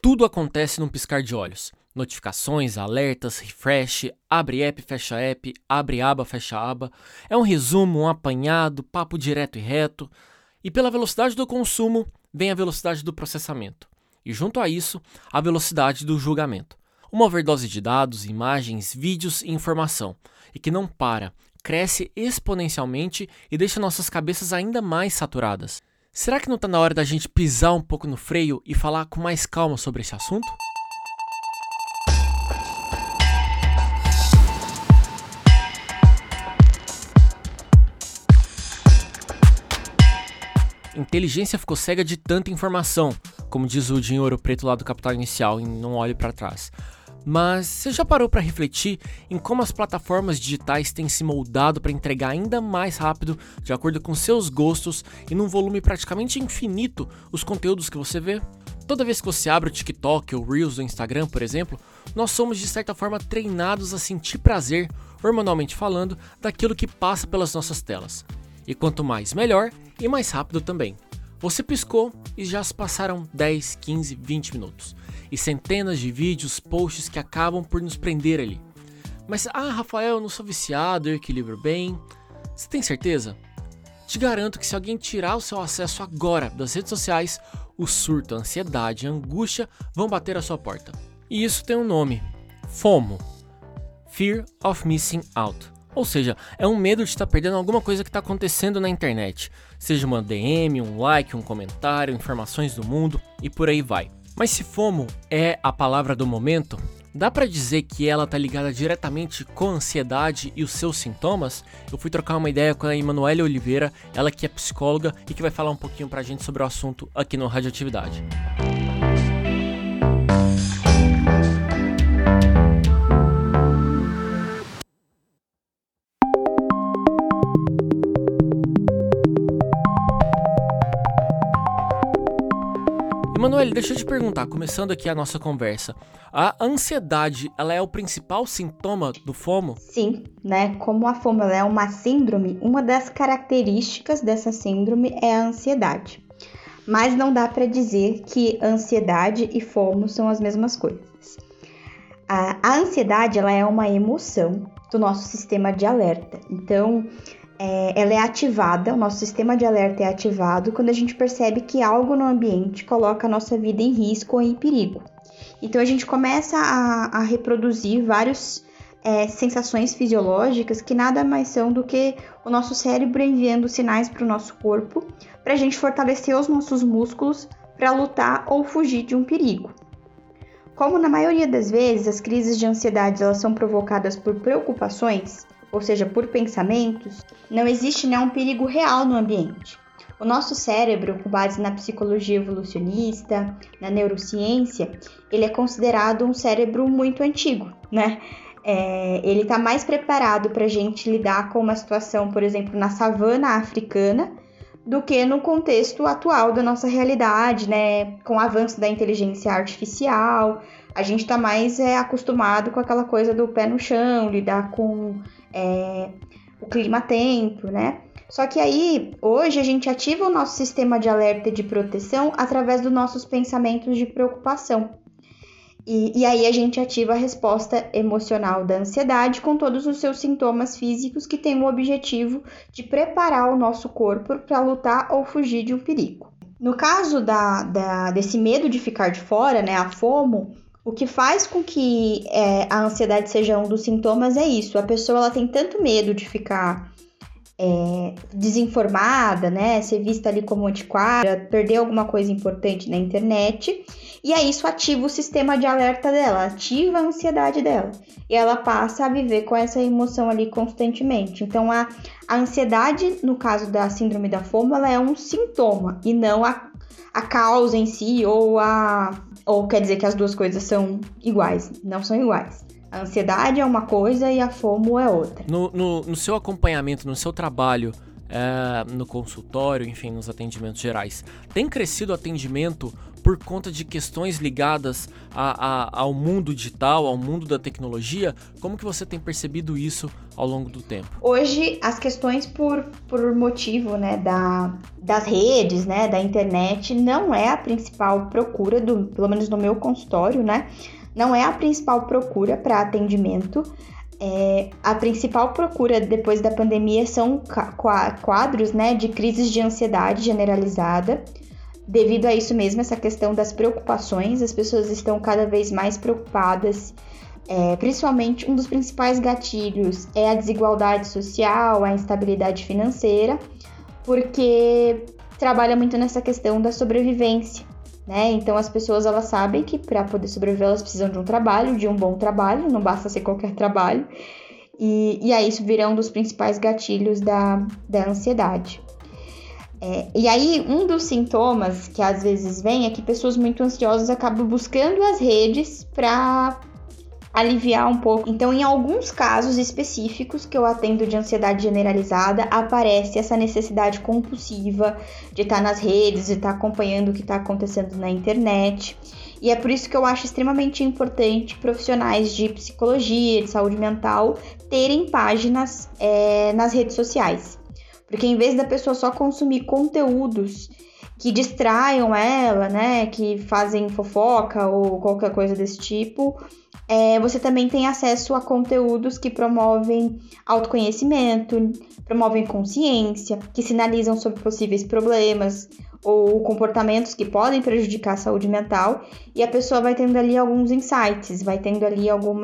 Tudo acontece num piscar de olhos. Notificações, alertas, refresh, abre app, abre aba, fecha aba. É um resumo, um apanhado, papo direto e reto. E pela velocidade do consumo, vem a velocidade do processamento. E junto a isso, a velocidade do julgamento. Uma overdose de dados, imagens, vídeos e informação. E que não para, cresce exponencialmente e deixa nossas cabeças ainda mais saturadas. Será que não está na hora da gente pisar um pouco no freio e falar com mais calma sobre esse assunto? Inteligência ficou cega de tanta informação, como diz o Dinheiro Preto lá do Capital Inicial, em Não Olhe para Trás. Mas você já parou para refletir em como as plataformas digitais têm se moldado para entregar ainda mais rápido, de acordo com seus gostos e num volume praticamente infinito, os conteúdos que você vê? Toda vez que você abre o TikTok ou Reels do Instagram, por exemplo, nós somos de certa forma treinados a sentir prazer, hormonalmente falando, daquilo que passa pelas nossas telas. E quanto mais, melhor e mais rápido também. Você piscou e já se passaram 10, 15, 20 minutos. E centenas de vídeos, posts que acabam por nos prender ali. Mas, Rafael, eu não sou viciado, eu equilibro bem. Você tem certeza? Te garanto que se alguém tirar o seu acesso agora das redes sociais, o surto, a ansiedade, a angústia vão bater à sua porta. E isso tem um nome: FOMO. Fear of Missing Out. Ou seja, é um medo de estar perdendo alguma coisa que está acontecendo na internet. Seja uma DM, um like, um comentário, informações do mundo e por aí vai. Mas se FOMO é a palavra do momento, dá pra dizer que ela tá ligada diretamente com a ansiedade e os seus sintomas? Eu fui trocar uma ideia com a Emanuele Oliveira, ela que é psicóloga e que vai falar um pouquinho pra gente sobre o assunto aqui no Radioatividade. Emanuele, deixa eu te perguntar, começando aqui a nossa conversa, a ansiedade, ela é o principal sintoma do FOMO? Sim, né? Como a FOMO ela é uma síndrome, uma das características dessa síndrome é a ansiedade. Mas não dá para dizer que ansiedade e FOMO são as mesmas coisas. A ansiedade, ela é uma emoção do nosso sistema de alerta. Então, ela é ativada, o nosso sistema de alerta é ativado quando a gente percebe que algo no ambiente coloca a nossa vida em risco ou em perigo. Então a gente começa a reproduzir várias sensações fisiológicas que nada mais são do que o nosso cérebro enviando sinais para o nosso corpo para a gente fortalecer os nossos músculos para lutar ou fugir de um perigo. Como na maioria das vezes as crises de ansiedade elas são provocadas por preocupações, ou seja, por pensamentos, não existe um perigo real no ambiente. O nosso cérebro, com base na psicologia evolucionista, na neurociência, ele é considerado um cérebro muito antigo, né? Ele está mais preparado para a gente lidar com uma situação, por exemplo, na savana africana, do que no contexto atual da nossa realidade, né? Com o avanço da inteligência artificial, a gente está mais acostumado com aquela coisa do pé no chão, lidar com o clima-tempo, né? Só que aí, hoje, a gente ativa o nosso sistema de alerta e de proteção através dos nossos pensamentos de preocupação. E aí a gente ativa a resposta emocional da ansiedade com todos os seus sintomas físicos que têm o objetivo de preparar o nosso corpo para lutar ou fugir de um perigo. No caso desse medo de ficar de fora, né, a FOMO, o que faz com que a ansiedade seja um dos sintomas é isso. A pessoa ela tem tanto medo de ficar desinformada, né? Ser vista ali como antiquada, perder alguma coisa importante na internet. E aí isso ativa o sistema de alerta dela, ativa a ansiedade dela. E ela passa a viver com essa emoção ali constantemente. Então a ansiedade, no caso da síndrome da FOMO, ela é um sintoma e não a causa em si ou quer dizer que as duas coisas são iguais. Não são iguais. A ansiedade é uma coisa e a FOMO é outra. No seu acompanhamento, no seu trabalho, no consultório, enfim, nos atendimentos gerais, tem crescido o atendimento por conta de questões ligadas ao mundo digital, ao mundo da tecnologia? Como que você tem percebido isso ao longo do tempo? Hoje, as questões por motivo, né, das redes, né, da internet, não é a principal procura, pelo menos no meu consultório, né, não é a principal procura para atendimento. A principal procura depois da pandemia são quadros, né, de crises de ansiedade generalizada. Devido a isso mesmo, essa questão das preocupações, as pessoas estão cada vez mais preocupadas. Principalmente, um dos principais gatilhos é a desigualdade social, a instabilidade financeira, porque trabalha muito nessa questão da sobrevivência, né? Então, as pessoas, elas sabem que para poder sobreviver, elas precisam de um trabalho, de um bom trabalho, não basta ser qualquer trabalho, e aí isso vira um dos principais gatilhos da ansiedade. E aí, um dos sintomas que às vezes vem é que pessoas muito ansiosas acabam buscando as redes para aliviar um pouco. Então, em alguns casos específicos que eu atendo de ansiedade generalizada, aparece essa necessidade compulsiva de estar nas redes, de estar acompanhando o que está acontecendo na internet. E é por isso que eu acho extremamente importante profissionais de psicologia, de saúde mental, terem páginas nas redes sociais. Porque em vez da pessoa só consumir conteúdos que distraiam ela, né, que fazem fofoca ou qualquer coisa desse tipo, você também tem acesso a conteúdos que promovem autoconhecimento, promovem consciência, que sinalizam sobre possíveis problemas ou comportamentos que podem prejudicar a saúde mental, e a pessoa vai tendo ali alguns insights, vai tendo ali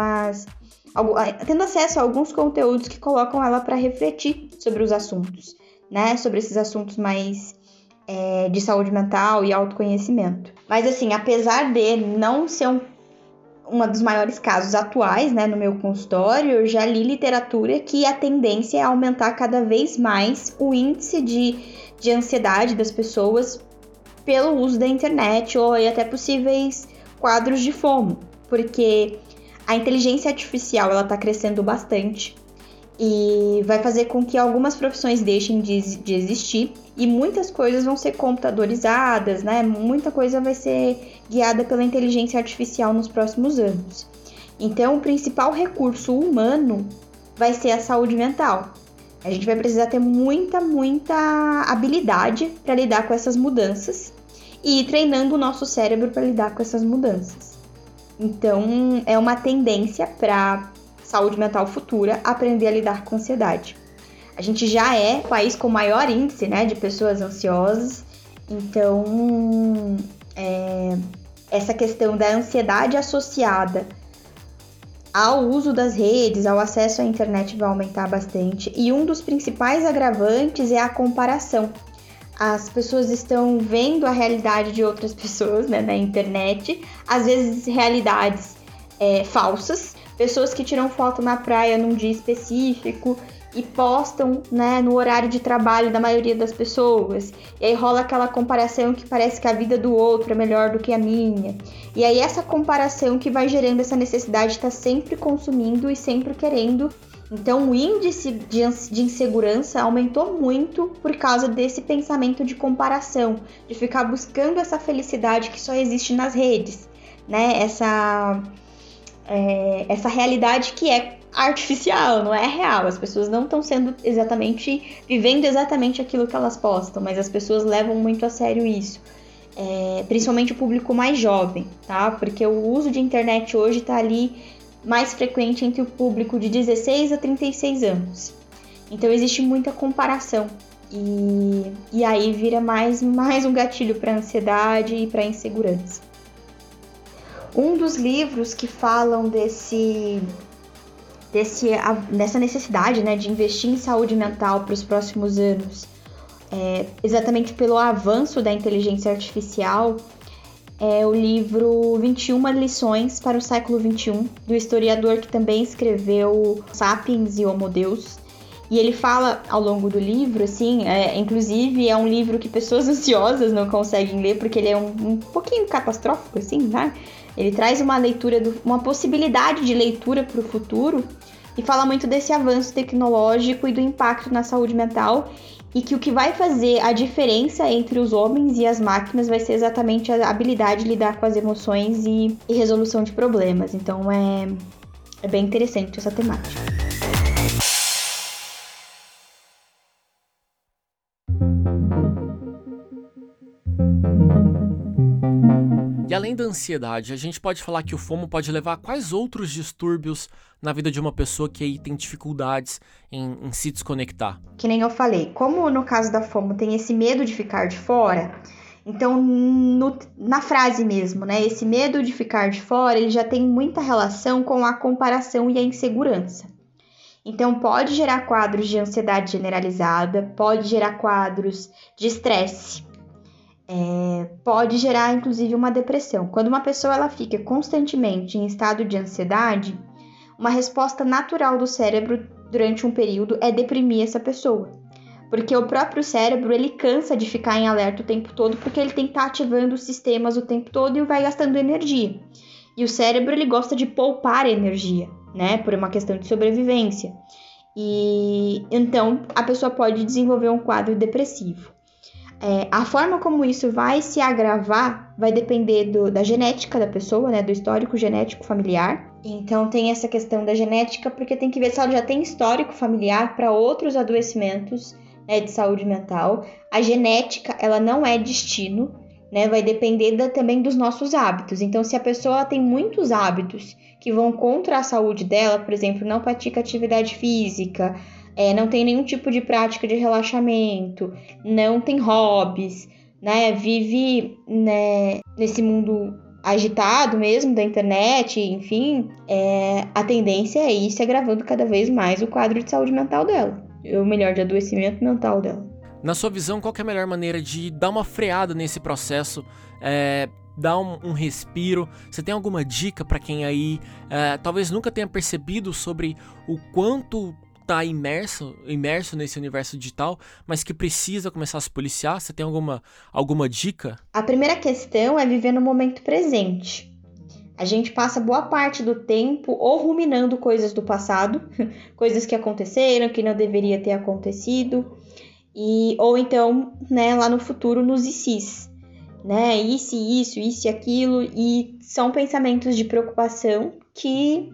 tendo acesso a alguns conteúdos que colocam ela para refletir sobre os assuntos, né? Sobre esses assuntos mais de saúde mental e autoconhecimento. Mas assim, apesar de não ser um dos maiores casos atuais, né, no meu consultório, eu já li literatura que a tendência é aumentar cada vez mais o índice de ansiedade das pessoas pelo uso da internet ou até possíveis quadros de FOMO, porque a inteligência artificial está crescendo bastante e vai fazer com que algumas profissões deixem de existir e muitas coisas vão ser computadorizadas, né? Muita coisa vai ser guiada pela inteligência artificial nos próximos anos. Então, o principal recurso humano vai ser a saúde mental. A gente vai precisar ter muita habilidade para lidar com essas mudanças e ir treinando o nosso cérebro para lidar com essas mudanças. Então, é uma tendência para saúde mental futura aprender a lidar com ansiedade. A gente já é o país com maior índice, né, de pessoas ansiosas, então essa questão da ansiedade associada ao uso das redes, ao acesso à internet vai aumentar bastante, e um dos principais agravantes é a comparação. As pessoas estão vendo a realidade de outras pessoas, né, na internet, às vezes realidades falsas, pessoas que tiram foto na praia num dia específico e postam, né, no horário de trabalho da maioria das pessoas. E aí rola aquela comparação que parece que a vida do outro é melhor do que a minha. E aí essa comparação que vai gerando essa necessidade de estar sempre consumindo e sempre querendo. Então o índice de insegurança aumentou muito por causa desse pensamento de comparação, de ficar buscando essa felicidade que só existe nas redes, né? Essa realidade que é artificial, não é real. As pessoas não estão vivendo exatamente aquilo que elas postam, mas as pessoas levam muito a sério isso. Principalmente o público mais jovem, tá? Porque o uso de internet hoje está ali mais frequente entre o público de 16 a 36 anos. Então existe muita comparação e aí vira mais um gatilho para ansiedade e para insegurança. Um dos livros que falam dessa necessidade, né, de investir em saúde mental para os próximos anos, exatamente pelo avanço da inteligência artificial, é o livro 21 lições para o século XXI, do historiador que também escreveu Sapiens e Homo Deus. E ele fala ao longo do livro, assim, inclusive é um livro que pessoas ansiosas não conseguem ler, porque ele é um pouquinho catastrófico, assim, né? Ele traz uma leitura, uma possibilidade de leitura para o futuro e fala muito desse avanço tecnológico e do impacto na saúde mental e que o que vai fazer a diferença entre os homens e as máquinas vai ser exatamente a habilidade de lidar com as emoções e resolução de problemas. Então é bem interessante essa temática. E além da ansiedade, a gente pode falar que o FOMO pode levar a quais outros distúrbios na vida de uma pessoa que aí tem dificuldades em se desconectar? Que nem eu falei, como no caso da FOMO tem esse medo de ficar de fora, então na frase mesmo, né, esse medo de ficar de fora, ele já tem muita relação com a comparação e a insegurança. Então pode gerar quadros de ansiedade generalizada, pode gerar quadros de estresse, pode gerar inclusive uma depressão. Quando uma pessoa ela fica constantemente em estado de ansiedade, uma resposta natural do cérebro durante um período é deprimir essa pessoa. Porque o próprio cérebro ele cansa de ficar em alerta o tempo todo, porque ele tem que estar ativando os sistemas o tempo todo e vai gastando energia. E o cérebro ele gosta de poupar energia, né? Por uma questão de sobrevivência. E então a pessoa pode desenvolver um quadro depressivo. A forma como isso vai se agravar vai depender da genética da pessoa, né, do histórico genético familiar. Então tem essa questão da genética, porque tem que ver se ela já tem histórico familiar para outros adoecimentos, né, de saúde mental. A genética, ela não é destino, né, vai depender também dos nossos hábitos. Então se a pessoa tem muitos hábitos que vão contra a saúde dela, por exemplo, não pratica atividade física, não tem nenhum tipo de prática de relaxamento, não tem hobbies, né? Vive, né, nesse mundo agitado mesmo da internet, enfim, a tendência é ir se agravando cada vez mais o quadro de saúde mental dela, ou melhor, de adoecimento mental dela. Na sua visão, qual que é a melhor maneira de dar uma freada nesse processo, dar um respiro? Você tem alguma dica para quem aí talvez nunca tenha percebido sobre o quanto tá imerso nesse universo digital, mas que precisa começar a se policiar? Você tem alguma dica? A primeira questão é viver no momento presente. A gente passa boa parte do tempo ou ruminando coisas do passado, coisas que aconteceram, que não deveria ter acontecido, ou então, né, lá no futuro nos ICs, né, isso e aquilo, e são pensamentos de preocupação que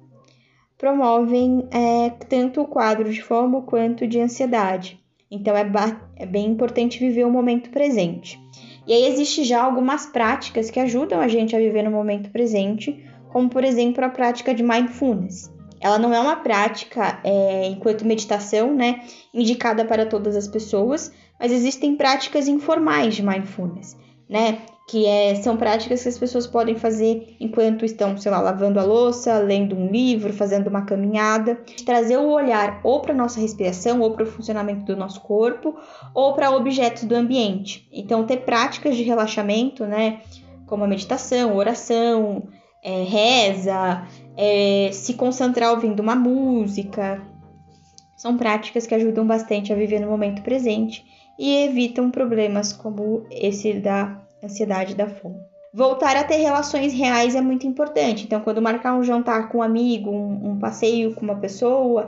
promovem tanto o quadro de FOMO quanto de ansiedade. Então é bem importante viver o momento presente. E aí existe já algumas práticas que ajudam a gente a viver no momento presente, como por exemplo a prática de mindfulness. Ela não é uma prática enquanto meditação, né, indicada para todas as pessoas, mas existem práticas informais de mindfulness, né, que são práticas que as pessoas podem fazer enquanto estão, sei lá, lavando a louça, lendo um livro, fazendo uma caminhada, trazer o olhar ou para a nossa respiração, ou para o funcionamento do nosso corpo, ou para objetos do ambiente. Então, ter práticas de relaxamento, né, como a meditação, oração, reza, se concentrar ouvindo uma música, são práticas que ajudam bastante a viver no momento presente e evitam problemas como esse da ansiedade e da FOMO. Voltar a ter relações reais é muito importante. Então, quando marcar um jantar com um amigo, um passeio com uma pessoa,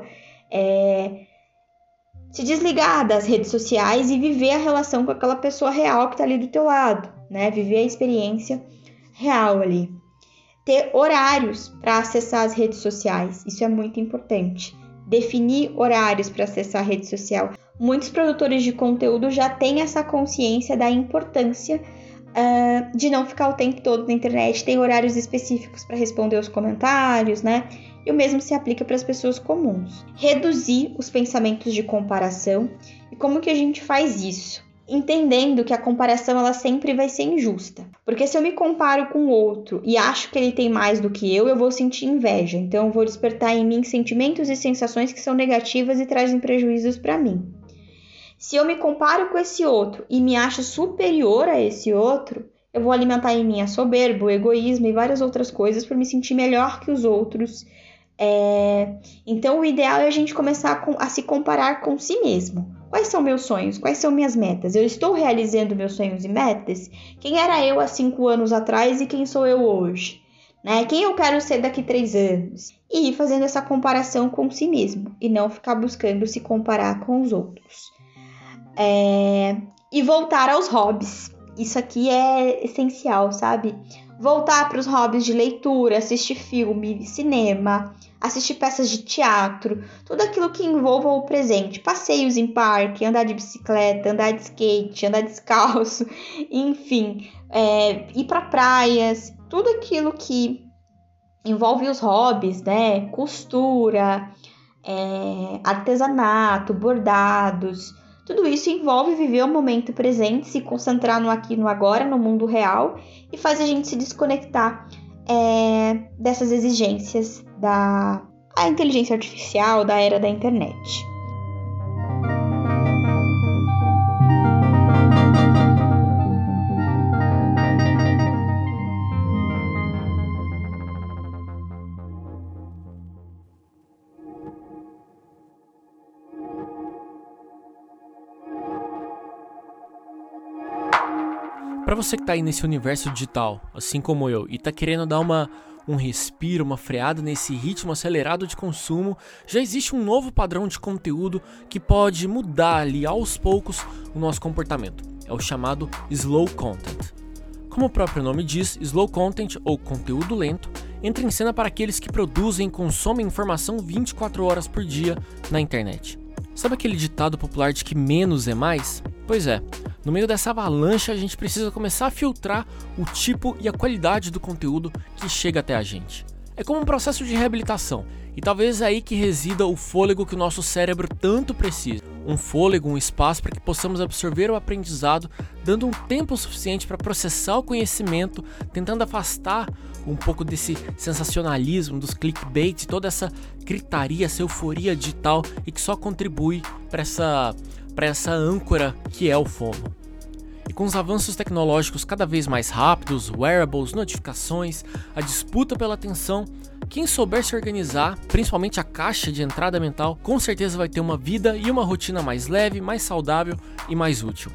se desligar das redes sociais e viver a relação com aquela pessoa real que está ali do teu lado, né? Viver a experiência real ali. Ter horários para acessar as redes sociais, isso é muito importante. Definir horários para acessar a rede social. Muitos produtores de conteúdo já têm essa consciência da importância de não ficar o tempo todo na internet, tem horários específicos para responder os comentários, né? E o mesmo se aplica para as pessoas comuns. Reduzir os pensamentos de comparação. E como que a gente faz isso? Entendendo que a comparação ela sempre vai ser injusta. Porque se eu me comparo com o outro e acho que ele tem mais do que eu vou sentir inveja. Então eu vou despertar em mim sentimentos e sensações que são negativas e trazem prejuízos para mim. Se eu me comparo com esse outro e me acho superior a esse outro, eu vou alimentar em mim a soberba, o egoísmo e várias outras coisas por me sentir melhor que os outros. Então, o ideal é a gente começar a se comparar com si mesmo. Quais são meus sonhos? Quais são minhas metas? Eu estou realizando meus sonhos e metas? Quem era eu há 5 anos atrás e quem sou eu hoje? Né? Quem eu quero ser daqui 3 anos? E ir fazendo essa comparação com si mesmo e não ficar buscando se comparar com os outros. E voltar aos hobbies. Isso aqui é essencial, sabe? Voltar para os hobbies de leitura, assistir filme, cinema, assistir peças de teatro, tudo aquilo que envolva o presente. Passeios em parque, andar de bicicleta, andar de skate, andar descalço, enfim, ir para praias, tudo aquilo que envolve os hobbies, né? Costura, artesanato, bordados. Tudo isso envolve viver o momento presente, se concentrar no aqui e no agora, no mundo real, e faz a gente se desconectar dessas exigências da inteligência artificial, da era da internet. Para você que tá aí nesse universo digital, assim como eu, e tá querendo dar um respiro, uma freada nesse ritmo acelerado de consumo, já existe um novo padrão de conteúdo que pode mudar ali aos poucos o nosso comportamento. É o chamado Slow Content. Como o próprio nome diz, Slow Content, ou conteúdo lento, entra em cena para aqueles que produzem e consomem informação 24 horas por dia na internet. Sabe aquele ditado popular de que menos é mais? Pois é, no meio dessa avalanche a gente precisa começar a filtrar o tipo e a qualidade do conteúdo que chega até a gente. É como um processo de reabilitação, e talvez é aí que resida o fôlego que o nosso cérebro tanto precisa. Um fôlego, um espaço para que possamos absorver o aprendizado, dando um tempo suficiente para processar o conhecimento, tentando afastar um pouco desse sensacionalismo, dos clickbaits, toda essa gritaria, essa euforia digital e que só contribui para essa âncora que é o FOMO. E com os avanços tecnológicos cada vez mais rápidos, wearables, notificações, a disputa pela atenção, quem souber se organizar, principalmente a caixa de entrada mental, com certeza vai ter uma vida e uma rotina mais leve, mais saudável e mais útil.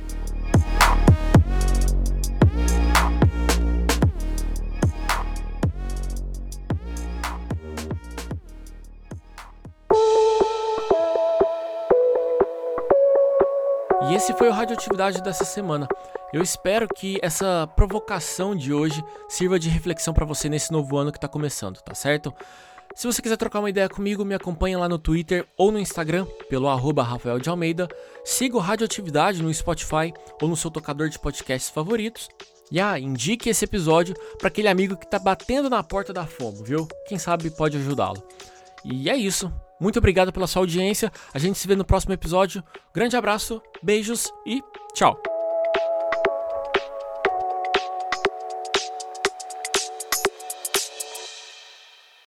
E esse foi o Radioatividade dessa semana. Eu espero que essa provocação de hoje sirva de reflexão para você nesse novo ano que está começando, tá certo? Se você quiser trocar uma ideia comigo, me acompanha lá no Twitter ou no Instagram, pelo @Rafael de Almeida. Siga o Radioatividade no Spotify ou no seu tocador de podcasts favoritos. E indique esse episódio para aquele amigo que está batendo na porta da FOMO, viu? Quem sabe pode ajudá-lo. E é isso. Muito obrigado pela sua audiência. A gente se vê no próximo episódio. Grande abraço, beijos e tchau!